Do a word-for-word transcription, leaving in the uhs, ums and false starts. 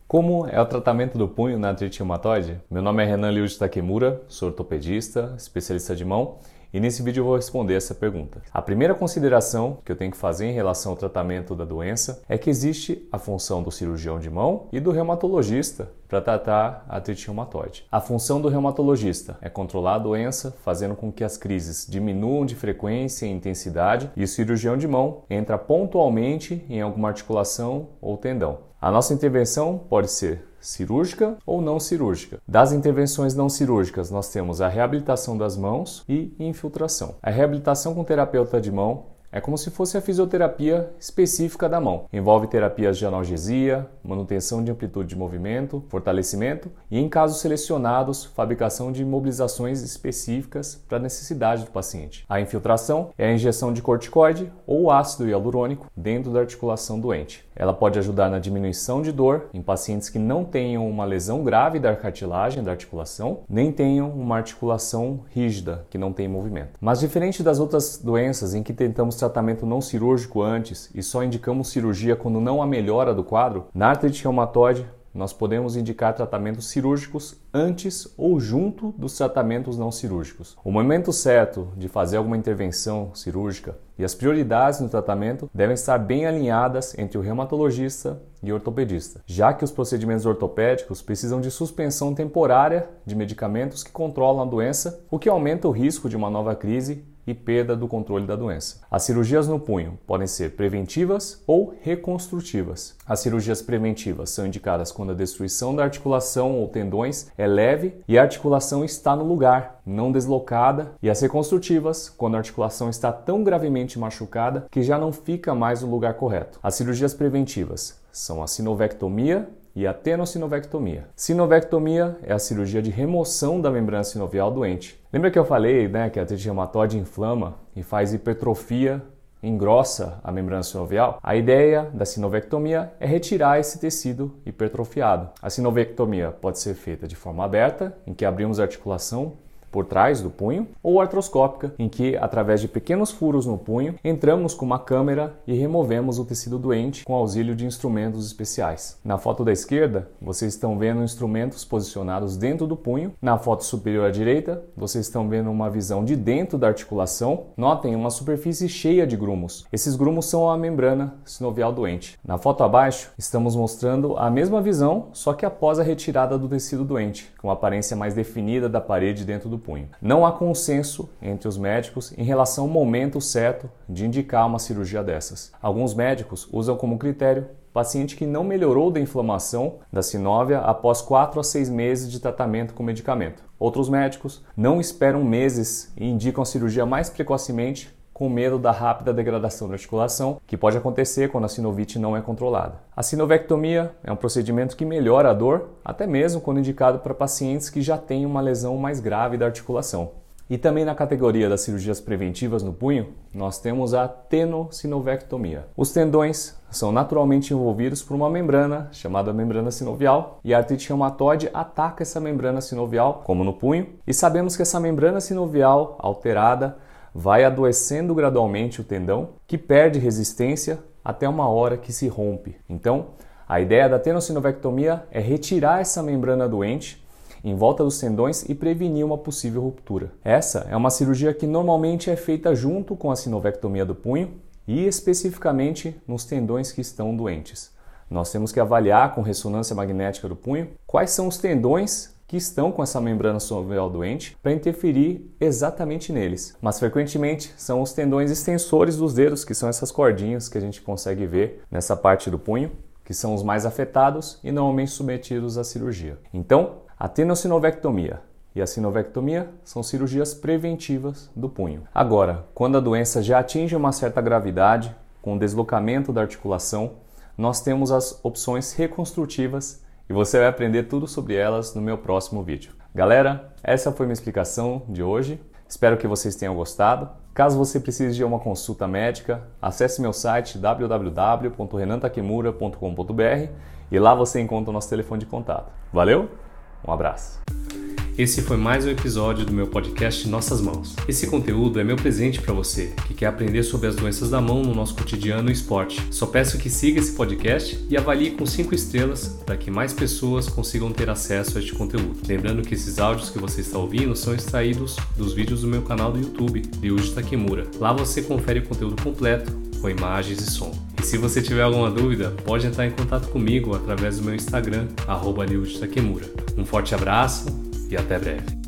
Como é o tratamento do punho na artrite reumatoide? Meu nome é Renan Liu Takemura, sou ortopedista, especialista de mão, e nesse vídeo eu vou responder essa pergunta. A primeira consideração que eu tenho que fazer em relação ao tratamento da doença é que existe a função do cirurgião de mão e do reumatologista para tratar a artrite reumatoide. A função do reumatologista é controlar a doença, fazendo com que as crises diminuam de frequência e intensidade, e o cirurgião de mão entra pontualmente em alguma articulação ou tendão. A nossa intervenção pode ser cirúrgica ou não cirúrgica. Das intervenções não cirúrgicas, nós temos a reabilitação das mãos e infiltração. A reabilitação com terapeuta de mão é como se fosse a fisioterapia específica da mão. Envolve terapias de analgesia, manutenção de amplitude de movimento, fortalecimento e, em casos selecionados, fabricação de imobilizações específicas para a necessidade do paciente. A infiltração é a injeção de corticoide ou ácido hialurônico dentro da articulação doente. Ela pode ajudar na diminuição de dor em pacientes que não tenham uma lesão grave da cartilagem da articulação, nem tenham uma articulação rígida, que não tem movimento. Mas diferente das outras doenças em que tentamos tratamento não cirúrgico antes e só indicamos cirurgia quando não há melhora do quadro, na artrite reumatoide nós podemos indicar tratamentos cirúrgicos antes ou junto dos tratamentos não cirúrgicos. O momento certo de fazer alguma intervenção cirúrgica e as prioridades no tratamento devem estar bem alinhadas entre o reumatologista e o ortopedista, já que os procedimentos ortopédicos precisam de suspensão temporária de medicamentos que controlam a doença, o que aumenta o risco de uma nova crise e perda do controle da doença. As cirurgias no punho podem ser preventivas ou reconstrutivas. As cirurgias preventivas são indicadas quando a destruição da articulação ou tendões é leve e a articulação está no lugar, não deslocada, e as reconstrutivas quando a articulação está tão gravemente machucada que já não fica mais no lugar correto. As cirurgias preventivas são a sinovectomia e a tenossinovectomia. Sinovectomia é a cirurgia de remoção da membrana sinovial doente. Lembra que eu falei, né, que a artrite reumatoide inflama e faz hipertrofia, engrossa a membrana sinovial? A ideia da sinovectomia é retirar esse tecido hipertrofiado. A sinovectomia pode ser feita de forma aberta, em que abrimos a articulação por trás do punho, ou artroscópica, em que, através de pequenos furos no punho, entramos com uma câmera e removemos o tecido doente com auxílio de instrumentos especiais. Na foto da esquerda, vocês estão vendo instrumentos posicionados dentro do punho. Na foto superior à direita, vocês estão vendo uma visão de dentro da articulação. Notem uma superfície cheia de grumos. Esses grumos são a membrana sinovial doente. Na foto abaixo, estamos mostrando a mesma visão, só que após a retirada do tecido doente, com uma aparência mais definida da parede dentro do punho. Não há consenso entre os médicos em relação ao momento certo de indicar uma cirurgia dessas. Alguns médicos usam como critério paciente que não melhorou da inflamação da sinóvia após quatro a seis meses de tratamento com medicamento. Outros médicos não esperam meses e indicam a cirurgia mais precocemente, com medo da rápida degradação da articulação, que pode acontecer quando a sinovite não é controlada. A sinovectomia é um procedimento que melhora a dor, até mesmo quando indicado para pacientes que já têm uma lesão mais grave da articulação. E também na categoria das cirurgias preventivas no punho, nós temos a tenossinovectomia. Os tendões são naturalmente envolvidos por uma membrana chamada membrana sinovial, e a artrite reumatoide ataca essa membrana sinovial, como no punho, e sabemos que essa membrana sinovial alterada vai adoecendo gradualmente o tendão, que perde resistência até uma hora que se rompe. Então, a ideia da tenossinovectomia é retirar essa membrana doente em volta dos tendões e prevenir uma possível ruptura. Essa é uma cirurgia que normalmente é feita junto com a sinovectomia do punho e especificamente nos tendões que estão doentes. Nós temos que avaliar com ressonância magnética do punho quais são os tendões que estão com essa membrana sinovial doente para interferir exatamente neles. Mas frequentemente são os tendões extensores dos dedos, que são essas cordinhas que a gente consegue ver nessa parte do punho, que são os mais afetados e normalmente submetidos à cirurgia. Então, a tenossinovectomia e a sinovectomia são cirurgias preventivas do punho. Agora, quando a doença já atinge uma certa gravidade, com deslocamento da articulação, nós temos as opções reconstrutivas, e você vai aprender tudo sobre elas no meu próximo vídeo. Galera, essa foi minha explicação de hoje. Espero que vocês tenham gostado. Caso você precise de uma consulta médica, acesse meu site w w w ponto renan takemura ponto com ponto b r e lá você encontra o nosso telefone de contato. Valeu? Um abraço! Esse foi mais um episódio do meu podcast Nossas Mãos. Esse conteúdo é meu presente para você que quer aprender sobre as doenças da mão no nosso cotidiano e esporte. Só peço que siga esse podcast e avalie com cinco estrelas para que mais pessoas consigam ter acesso a este conteúdo. Lembrando que esses áudios que você está ouvindo são extraídos dos vídeos do meu canal do YouTube, Ryuji Takemura. Lá você confere o conteúdo completo, com imagens e som. E se você tiver alguma dúvida, pode entrar em contato comigo através do meu Instagram, arroba Ryuji Takemura. Um forte abraço e até breve.